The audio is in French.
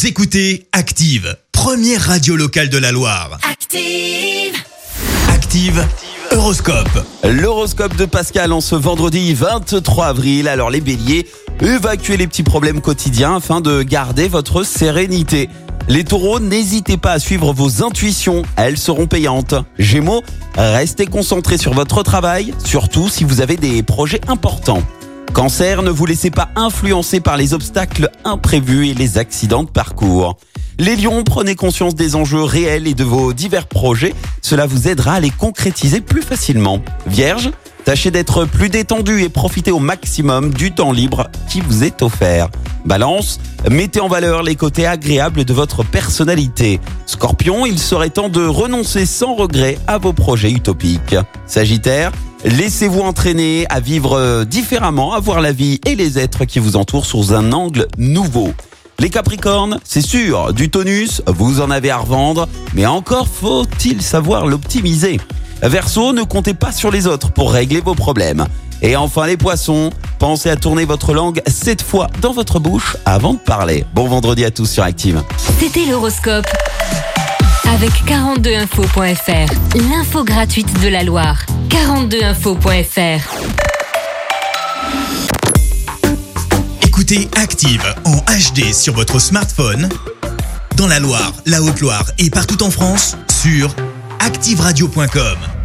Vous écoutez Active, première radio locale de la Loire. Active. Active Horoscope. L'horoscope de Pascal en ce vendredi 23 avril. Alors les béliers, évacuez les petits problèmes quotidiens afin de garder votre sérénité. Les taureaux, n'hésitez pas à suivre vos intuitions, elles seront payantes. Gémeaux, restez concentrés sur votre travail, surtout si vous avez des projets importants. Cancer, ne vous laissez pas influencer par les obstacles imprévus et les accidents de parcours. Les lions, prenez conscience des enjeux réels et de vos divers projets. Cela vous aidera à les concrétiser plus facilement. Vierge, tâchez d'être plus détendu et profitez au maximum du temps libre qui vous est offert. Balance, mettez en valeur les côtés agréables de votre personnalité. Scorpion, il serait temps de renoncer sans regret à vos projets utopiques. Sagittaire, laissez-vous entraîner à vivre différemment, à voir la vie et les êtres qui vous entourent sous un angle nouveau. Les Capricornes, c'est sûr, du tonus, vous en avez à revendre, mais encore faut-il savoir l'optimiser. Verseau, ne comptez pas sur les autres pour régler vos problèmes. Et enfin les Poissons, pensez à tourner votre langue 7 fois dans votre bouche avant de parler. Bon vendredi à tous sur Active. C'était l'horoscope avec 42info.fr, l'info gratuite de la Loire. 42info.fr. Écoutez Active en HD sur votre smartphone, dans la Loire, la Haute-Loire et partout en France, sur activeradio.com.